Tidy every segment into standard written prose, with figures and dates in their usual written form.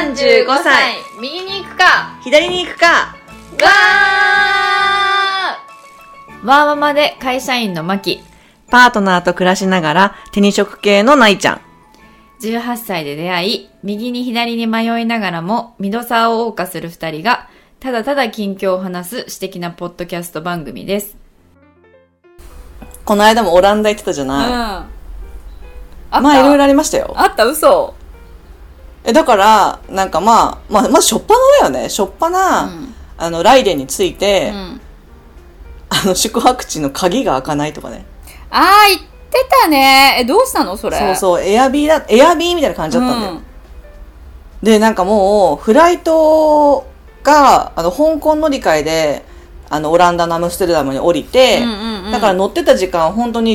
35歳、右に行くか左に行くか。 わーママで会社員のマキ。 パートナーと暮らしながら手に職系のナイちゃん。 18歳で出会い、右に左に迷いながらもミドサーを謳歌する2人がただただ近況を話す私的なポッドキャスト番組です。 この間もオランダ行ってたじゃない。まあいろいろありましたよ。 あった。嘘。 だからなんかまあ初っ端だよね。初っ端、ライデンについて、宿泊地の鍵が開かないとかね。 言ってたね。どうしたのそれ。 そうそう、エアビーみたいな感じだったんだよ。でなんかもうフライトが香港乗り換えでオランダのアムステルダムに降りて、だから乗ってた時間本当に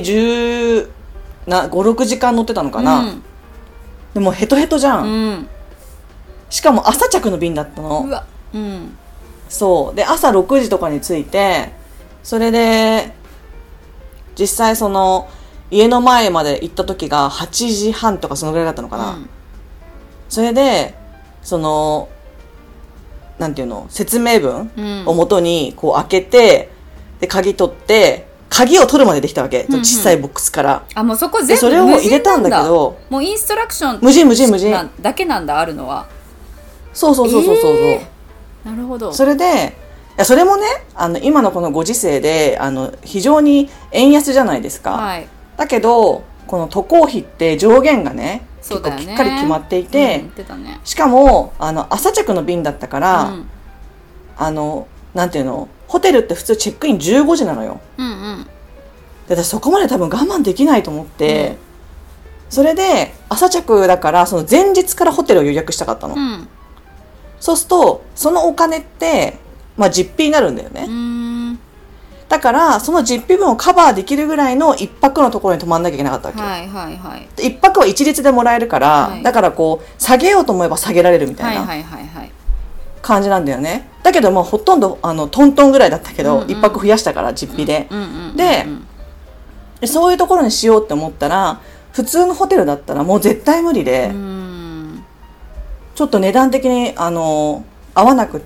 5、6時間乗ってたのかな。でもヘトヘトじゃん。しかも朝着の便だったの。 うわ。 そうで朝6時とかに着いて、それで実際その家の前まで行った時が8時半とかそのぐらいだったのかな。それでそのなんていうの、説明文をもとにこう開けて、で鍵取って鍵を取るまでできたわけ、小さいボックスから。 もうそこ全部それを入れたんだけど、 もうインストラクション無人だけなんだ、あるのは。 そう、 なるほど。 それでそれもね、今のこのご時世で非常に円安じゃないですか、だけどこの渡航費って上限がね結構きっかり決まっていて、しかも朝着の便だったから、なんていうの、ホテルって普通チェックイン15時なのよ。で私そこまで多分我慢できないと思って、それで朝着だからその前日からホテルを予約したかったの。そうするとそのお金って実費になるんだよね。だからその実費分をカバーできるぐらいの一泊のところに泊まんなきゃいけなかったわけよ。一泊は一律でもらえるから、だからこう下げようと思えば下げられるみたいな感じなんだよね。だけどほとんどトントンぐらいだったけど、一泊増やしたから実費で。でそういうところにしようって思ったら、普通のホテルだったらもう絶対無理で、ちょっと値段的に合わなくって、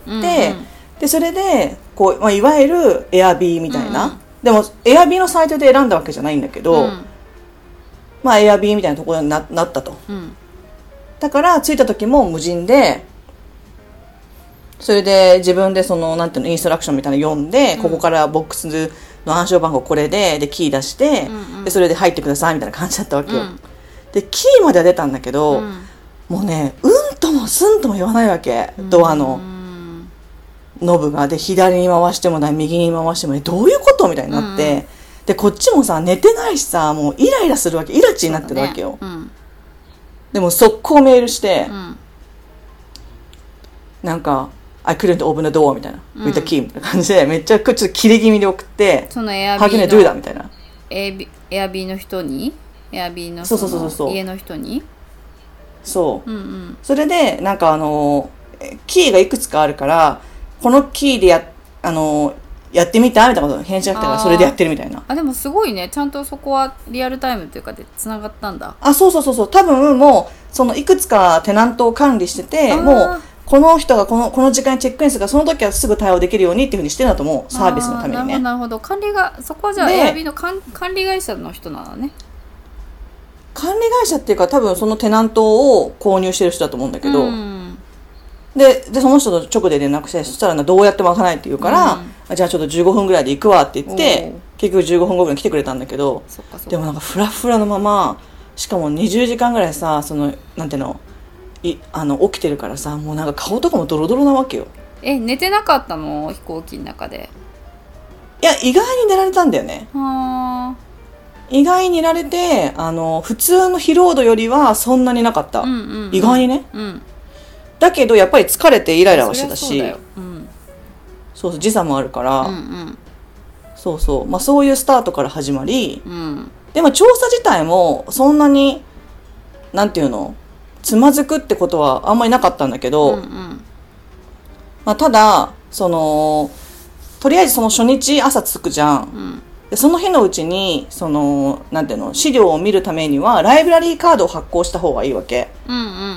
でそれでこう、いわゆるエアビーみたいな、でもエアビーのサイトで選んだわけじゃないんだけど、エアビーみたいなところに なったと、だから着いた時も無人で、それで自分でそのなんていうの、インストラクションみたいなの読んで、ここからボックスの暗証番号これでキー出して、でそれで入ってくださいみたいな感じだったわけよ、でキーまでは出たんだけど、もうね、うんともすんとも言わないわけ、ドアのノブが。で左に回してもない、右に回してもない、どういうことみたいになって、でこっちもさ寝てないしさ、もうイライラするわけ、イラチになってるわけよ、でも速攻メールして、なんかI couldn't open the door みたいな、with the key みたいな感じで、めっちゃちょっとキレ気味で送って、 そのエアビーの How can I do that みたいな、 エアビーの人に、エアビーのそう家の人に、 そう、それでなんかキーがいくつかあるから、このキーでやってみたみたいなこと返信が来たから、それでやってるみたいな。 でもすごいね、ちゃんとそこはリアルタイムというかでつながったんだ。 そう多分もうそのいくつかテナントを管理してて、もうこの人がこの時間にチェックインするから、その時はすぐ対応できるようにっていうふうにしてるんだと思う、サービスのためにね。 なるほど。管理がそこはじゃあエアビーの管理会社の人なのね。 管理会社っていうか、多分そのテナントを購入してる人だと思うんだけど、でその人と直で連絡して、そしたらどうやっても開かないって言うから、じゃあちょっと15分ぐらいで行くわって言って、結局15分後ぐらいに来てくれたんだけど、でもなんかフラフラのまま、しかも20時間ぐらいさ、そのなんていうの、起きてるからさ、もうなんか顔とかもドロドロなわけよ。 寝てなかったの、飛行機の中で。 いや、意外に寝られたんだよね。意外に寝られて、普通の疲労度よりはそんなになかった、意外にね、だけどやっぱり疲れてイライラはしてたし、そう時差もあるから、そういうスタートから始まり、でも調査自体もそんなになんていうの、つまずくってことはあんまりなかったんだけど、ただとりあえずその初日朝着くじゃん、でその日のうちになんていうの、資料を見るためにはライブラリーカードを発行した方がいいわけ、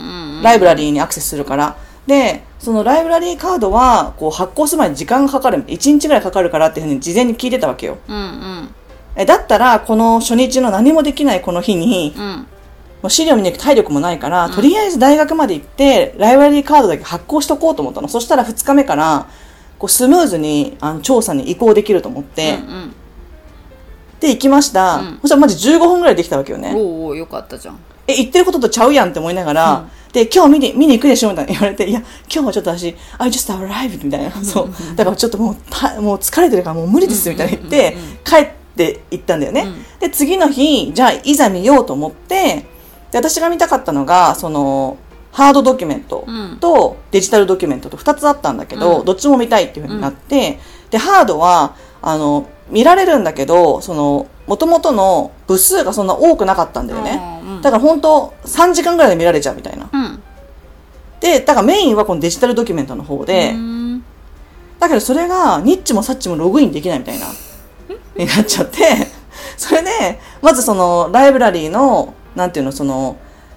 ライブラリーにアクセスするから。でそのライブラリーカードはこう発行するまで時間がかかる、1日ぐらいかかるからっていうふうに事前に聞いてたわけよ、だったらこの初日の何もできないこの日に、もう資料見に行く体力もないから、とりあえず大学まで行ってライブラリーカードだけ発行しとこうと思ったの。そしたら2日目からこうスムーズに調査に移行できると思って、で行きました、そしたらマジ15分ぐらいできたわけよね。 おお、よかったじゃん。 言ってることとちゃうやんって思いながら、で今日見に行くでしょみたいな言われて、いや今日はちょっと私 I just arrived みたいな、そうだからちょっともう疲れてるからもう無理ですみたいな言って、帰って行ったんだよね、で次の日じゃあいざ見ようと思って、で私が見たかったのがそのハードドキュメントとデジタルドキュメントと2つあったんだけど、どっちも見たいっていう風になって、でハードは見られるんだけど、その元々の部数がそんな多くなかったんだよね、だから本当3時間ぐらいで見られちゃうみたいな、でだからメインはこのデジタルドキュメントの方で、だけどそれがニッチもサッチもログインできないみたいなになっちゃって、それでまずそのライブラリーのなんていうの、その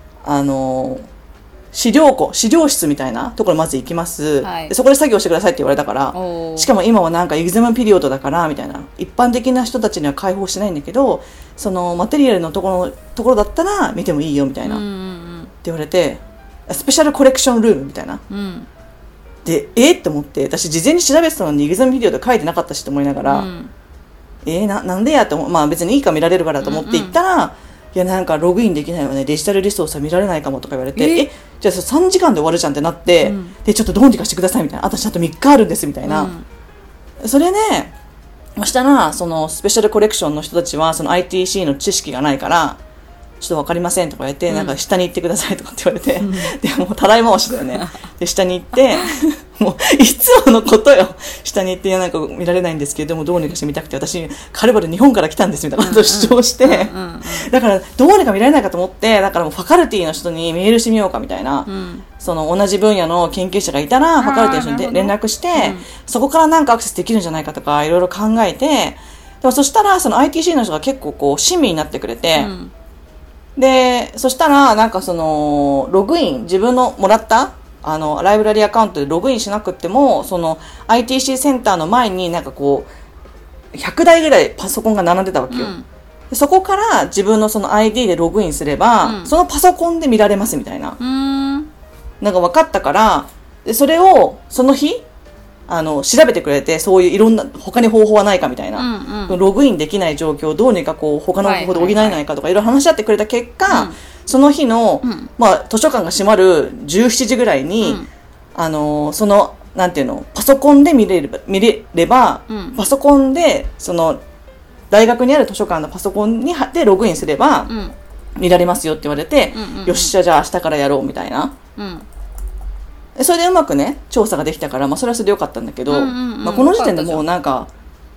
資料室みたいなところまず行きます、でそこで作業してくださいって言われたから、しかも今はなんかエグザムピリオドだからみたいな、一般的な人たちには開放してないんだけど、そのマテリアルのところだったら見てもいいよみたいな、って言われて、スペシャルコレクションルームみたいな、でって思って、私事前に調べてたのにエグザムピリオド書いてなかったしと思いながら、なんでやってまあ別にいいか見られるからと思って行ったら、いやなんかログインできないわね、デジタルリソースは見られないかもとか言われて、じゃあ3時間で終わるじゃんってなって、でちょっとどうにかしてくださいみたいな、私あと3日あるんですみたいな、それでそしたらそのスペシャルコレクションの人たちはその ITC の知識がないからちょっと分かりませんとか言って、なんか下に行ってくださいとかって言われて、でもうたらい回しだよね。で下に行ってもういつものことよ、下に行って、いやなんか見られないんですけれどもどうにかして見たくて、私はるばる日本から来たんですみたいなことを主張して、だからどうにか見られないかと思って、だからもうファカルティの人にメールしてみようかみたいな、その同じ分野の研究者がいたらファカルティの人に連絡して、そこからなんかアクセスできるんじゃないかとかいろいろ考えて、でもそしたらその ITC の人が結構こう親身になってくれて、でそしたらなんかそのログイン、自分のもらったライブラリーアカウントでログインしなくても、その ITC センターの前になんかこう100台ぐらいパソコンが並んでたわけよ、でそこから自分のその ID でログインすれば、そのパソコンで見られますみたいな、なんか分かったから、でそれをその日調べてくれて、そういういろんな他に方法はないかみたいな、ログインできない状況をどうにかこう他の方法で補えないかとかいろいろ話し合ってくれた結果、その日の、図書館が閉まる17時ぐらいに、そのなんていうの、パソコンで見れれば、パソコンでその大学にある図書館のパソコンでログインすれば、見られますよって言われて、よっしゃじゃあ明日からやろうみたいな、それでうまくね調査ができたから、それはそれでよかったんだけど、この時点でもうなんか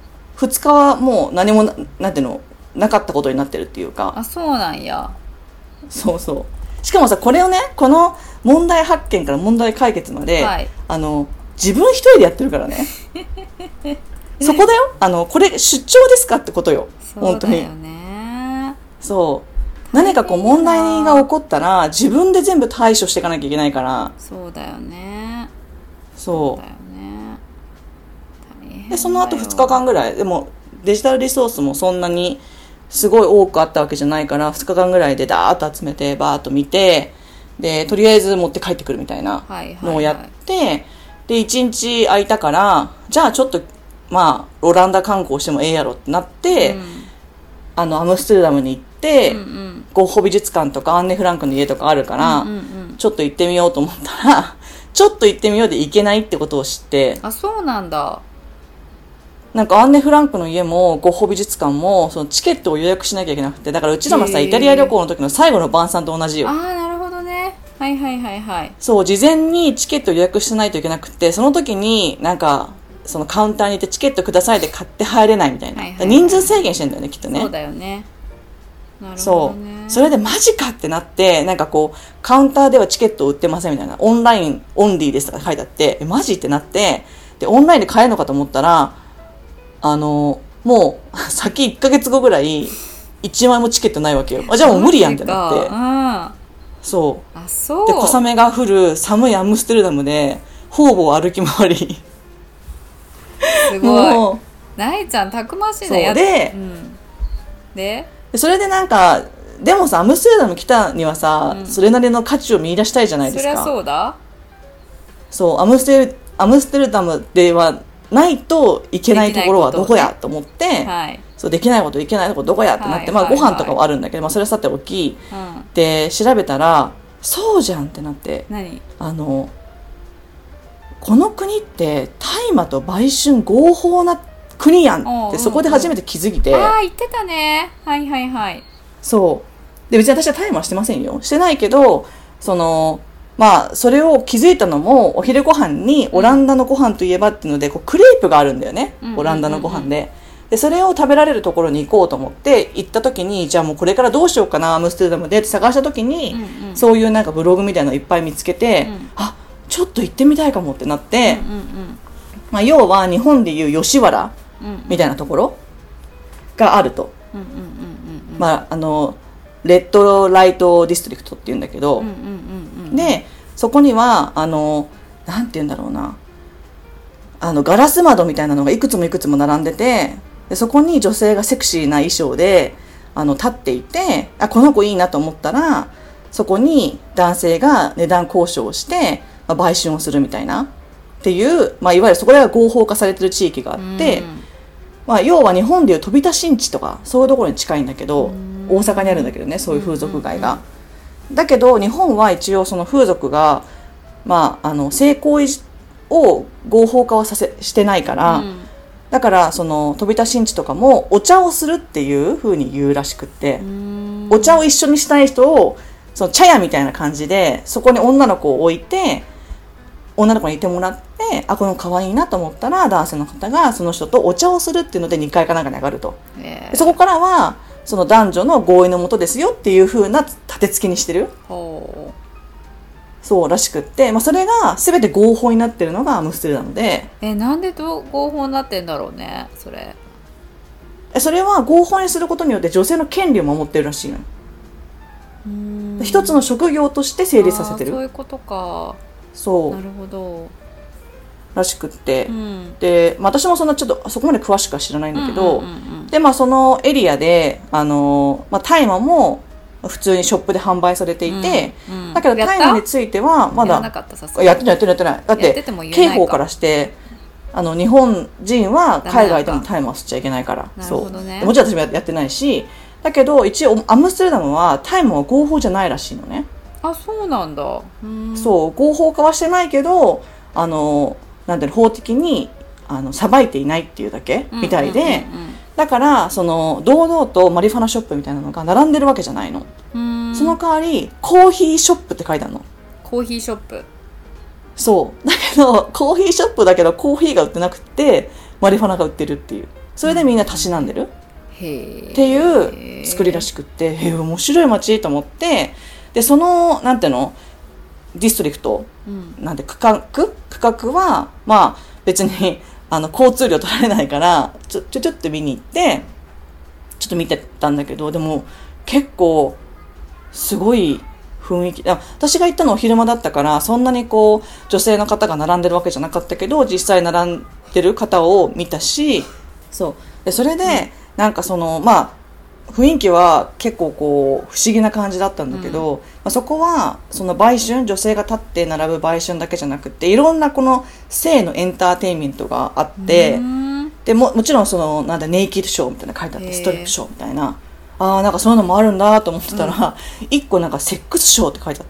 2日はもう何もなんていうのなかったことになってるっていうか。 あ、そうなんや。 そうそう。しかもさ、これをね、この問題発見から問題解決まで、自分一人でやってるからねそこだよ、これ出張ですかってことよ。本当に。 そうだよね。 そう。何かこう問題が起こったら自分で全部対処していかなきゃいけないから。 そうだよね。 そう。 そうだよね。大変だよ。 でその後2日間ぐらいでもデジタルリソースもそんなにすごい多くあったわけじゃないから、2日間ぐらいでダーッと集めてバーッと見て、でとりあえず持って帰ってくるみたいなのをやって、で1日空いたから、じゃあちょっとオランダ観光してもええやろってなって、アムステルダムに行って、ゴッホ美術館とかアンネ・フランクの家とかあるから、ちょっと行ってみようと思ったらちょっと行ってみようで行けないってことを知って。 あ、そうなんだ。 なんかアンネ・フランクの家もゴッホ美術館もそのチケットを予約しなきゃいけなくて、だからうちらのさイタリア旅行の時の最後の晩餐と同じよ。 ああ、なるほどね。はいはいはいはい。 そう、事前にチケットを予約しないといけなくて、その時になんかそのカウンターに行ってチケットくださいで買って入れないみたいな、人数制限してんだよねきっとね。 そうだよね。なるほどね。 そう、それでマジかってなって、なんかこうカウンターではチケットを売ってませんみたいな、オンラインオンリーですとか書いてあって、マジってなって、でオンラインで買えるのかと思ったら、もう先1ヶ月後ぐらい1枚もチケットないわけよ。あ、じゃあもう無理やんってなって。 そうあ、そうで小雨が降る寒いアムステルダムで方々歩き回りすごもいなえちゃんたくましいそうね。 で、 でそれでなんかでもさアムステルダム来たにはさ、それなりの価値を見出したいじゃないですか。 そりゃそうだ。 そうアムステルダムではないといけないところはどこやと思って、 はい、 そうできないこといけないところどこやってなって、まあご飯とかはあるんだけど、まあ、それはさておき、で調べたらそうじゃんってなって、 何この国って大麻と売春合法な国やんって、そこで初めて気づいて、 ああ言ってたね。はいはいはい。 そうで別に私は大麻してませんよ、してないけどまあそれを気づいたのもお昼ご飯にオランダのご飯といえばっていうのでこうクレープがあるんだよね、オランダのご飯で。でそれを食べられるところに行こうと思って行った時に、じゃあもうこれからどうしようかなアムステルダムでって探した時に、そういうなんかブログみたいなのいっぱい見つけて、あちょっと行ってみたいかもってなって、まあ、要は日本でいう吉原みたいなところがあると、まあレッドライトディストリクトっていうんだけど、でそこにはなんて言うんだろうな、ガラス窓みたいなのがいくつもいくつも並んでて、でそこに女性がセクシーな衣装で立っていて、あこの子いいなと思ったらそこに男性が値段交渉をして、まあ、売春をするみたいなっていう、まあ、いわゆるそこらが合法化されてる地域があって、まあ、要は日本でいう飛び田新地とかそういうところに近いんだけど、大阪にあるんだけどね、そういう風俗街が。だけど日本は一応その風俗が、まあ、性行為を合法化はしてないから、だからその飛び田新地とかもお茶をするっていう風に言うらしくって、お茶を一緒にしたい人をその茶屋みたいな感じでそこに女の子を置いて、女の子にいてもらって、あこの可愛いなと思ったら男性の方がその人とお茶をするっていうので2階かなんかに上がると、そこからはその男女の合意のもとですよっていう風な立て付けにしてるそうらしくって、まあ、それが全て合法になってるのがアムステルダムで。 なんで合法になってんだろうね。 それは合法にすることによって女性の権利を守ってるらしいの。一つの職業として成立させてる。 そういうことか。 そうなるほどらしくって、で、まあ、私もそんなちょっとそこまで詳しくは知らないんだけど、でまあそのエリアでまあ、大麻も普通にショップで販売されていて、だけど大麻についてはまだやってないだって刑法からして日本人は海外でも大麻を吸っちゃいけないから、そうもちろん私もやってないし、だけど一応アムステルダムは大麻は合法じゃないらしいのね。 あ、そうなんだ。 そう合法化はしてないけどなんていうの、法的に裁いていないっていうだけみたいで、だからその堂々とマリファナショップみたいなのが並んでるわけじゃないの。その代わりコーヒーショップって書いてあるの。 コーヒーショップ。 そうだけどコーヒーショップだけどコーヒーが売ってなくてマリファナが売ってるっていう、それでみんなたしなんでるっていう作りらしくって、面白い街と思って、でそのなんていうのディストリクト、なんで区画はまあ別に交通量取られないからちょっと見に行ってちょっと見てたんだけど、でも結構すごい雰囲気、私が行ったのは昼間だったからそんなにこう女性の方が並んでるわけじゃなかったけど、実際並んでる方を見たし、そうでそれでなんかまあ雰囲気は結構こう不思議な感じだったんだけど、そこはその売春、女性が立って並ぶ売春だけじゃなくていろんなこの性のエンターテインメントがあって、でもちろんなんだネイキッドショーみたいなの書いてあって、ストリップショーみたいな、なんかそういうのもあるんだと思ってたら、一個なんかセックスショーって書いてあって、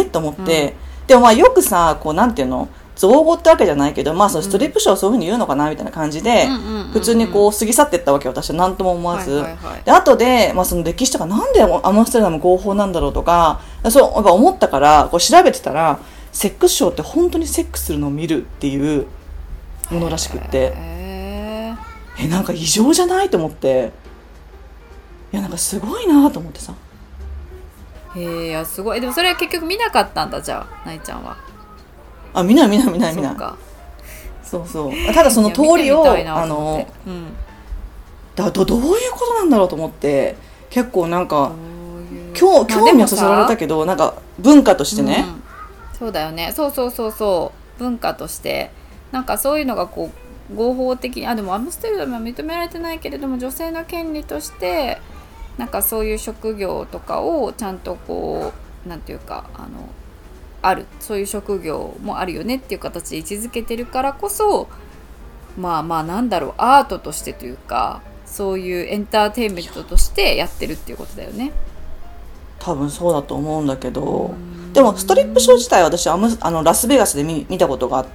と思って、でもまあよくさこうなんていうの造語ってわけじゃないけど、まあそのストリップショーはそういう風に言うのかなみたいな感じで普通にこう過ぎ去っていったわけよ、私は何とも思わず、で後で、まあ、その歴史とかなんでアムステルダム合法なんだろうとかそうやっぱ思ったからこう調べてたら、セックスショーって本当にセックスするのを見るっていうものらしくって、なんか異常じゃないと思って、いやなんかすごいなと思ってさ。 いやすごい。でもそれは結局見なかったんだ。じゃあなえちゃんは見ない。そうただその通りをどういうことなんだろうと思って、結構なんか興味をそそられたけど、なんか文化としてね、 そうだよね。そう文化としてなんかそういうのがこう合法的にでもアムステルダムは認められてないけれども、女性の権利としてなんかそういう職業とかをちゃんとこうなんていうかある、そういう職業もあるよねっていう形で位置づけてるからこそ、なんだろう、アートとしてというか、そういうエンターテインメントとしてやってるっていうことだよね。 多分そうだと思うんだけど、でもストリップショー自体は私ラスベガスで見たことがあって、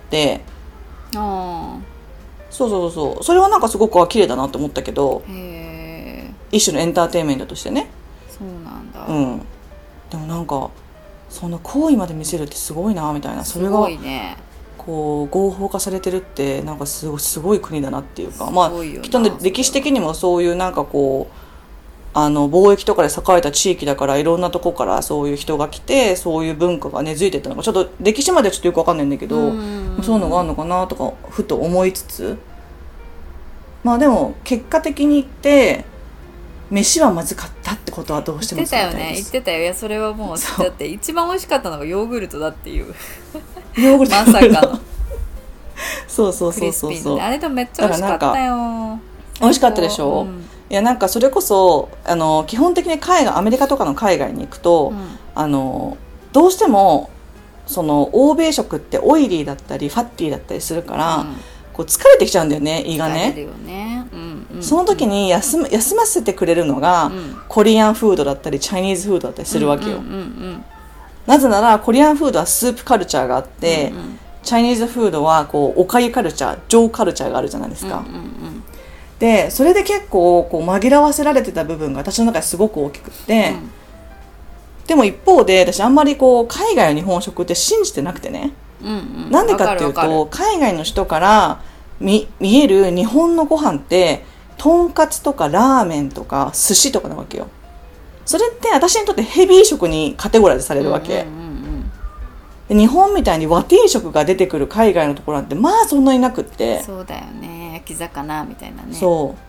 そうそれはなんかすごく綺麗だなと思ったけど、一種のエンターテインメントとしてね。 そうなんだ。 でもなんかその行為まで見せるってすごいなみたいな、それがすごいね。 こう合法化されてるってなんかすごい国だなっていうか、きっとね歴史的にもそういうなんかこう貿易とかで栄えた地域だから、いろんなとこからそういう人が来て、そういう文化が根付いてったのか、ちょっと歴史まではちょっとよくわかんないんだけど、そういうのがあるのかなとかふと思いつつ、でも結果的に言って飯はまずかったってことはどうしても伝えたいです。 言ってたよ。いやそれはもうだって一番美味しかったのがヨーグルトだっていうヨーグルトまさかのそうクリスピーの、あれでもめっちゃ美味しかったよ。 美味しかったでしょ、いやなんかそれこそ基本的にアメリカとかの海外に行くと、どうしてもその欧米食ってオイリーだったりファッティーだったりするから、こう疲れてきちゃうんだよね、胃がね。その時に休ませてくれるのが、コリアンフードだったりチャイニーズフードだったりするわけよ。なぜならコリアンフードはスープカルチャーがあって、チャイニーズフードはこうおかゆカルチャー、ジョーカルチャーがあるじゃないですか。でそれで結構こう紛らわせられてた部分が私の中ですごく大きくって、でも一方で私あんまりこう海外の日本食って信じてなくてね、なんでかっていうと海外の人から見える日本のご飯ってとんかつとかラーメンとか寿司とかなわけよ。それって私にとってヘビー食にカテゴライズされるわけ、で日本みたいに和定食が出てくる海外のところなんてそんなになくって。 そうだよね、焼き魚みたいなね。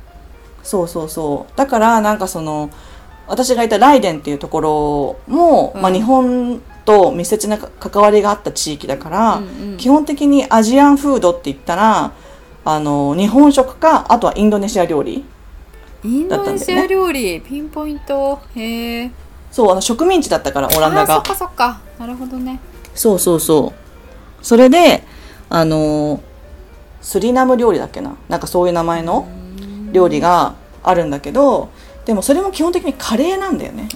そうだからなんかその私がいたライデンっていうところも、日本と密接な関わりがあった地域だから、基本的にアジアンフードって言ったら日本食か、あとはインドネシア料理だったんだよね。インドネシア料理ピンポイント。へえ。 そう植民地だったからオランダが。 そっかなるほどね。 そうそれでスリナム料理だっけな、なんかそういう名前の料理があるんだけど、でもそれも基本的にカレーなんだよね。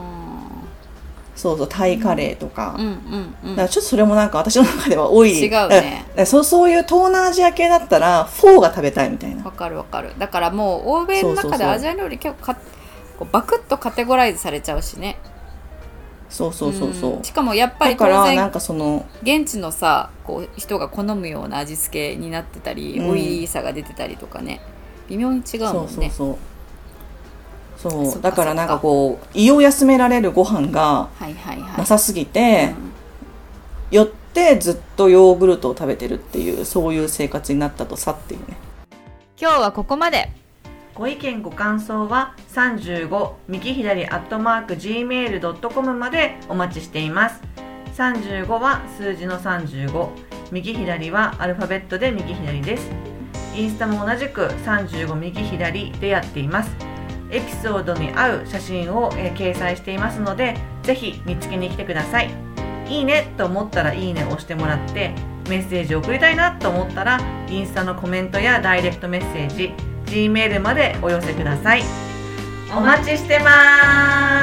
タイカレーとか、だからちょっとそれもなんか私の中では多い。 違うね。 そういう東南アジア系だったらフォーが食べたいみたいな。 わかる。だからもう欧米の中でアジア料理結構こうバクッとカテゴライズされちゃうしね。 そうしかもやっぱり当然なんかその現地のさこう人が好むような味付けになってたり、オイリーさが出てたりとかね、微妙に違うもんね。そうだからなんかこう胃を休められるご飯がなさすぎて、よってずっとヨーグルトを食べてるっていう、そういう生活になったとさっていうね。 今日はここまで。 ご意見ご感想は35右左@gmail.com までお待ちしています。35は数字の35、右左はアルファベットで右左です。インスタも同じく35右左でやっています。エピソードに合う写真を、掲載していますので、ぜひ見つけに来てください。いいねと思ったらいいねを押してもらって、メッセージを送りたいなと思ったらインスタのコメントやダイレクトメッセージ、Gmail までお寄せください。お待ちしてます。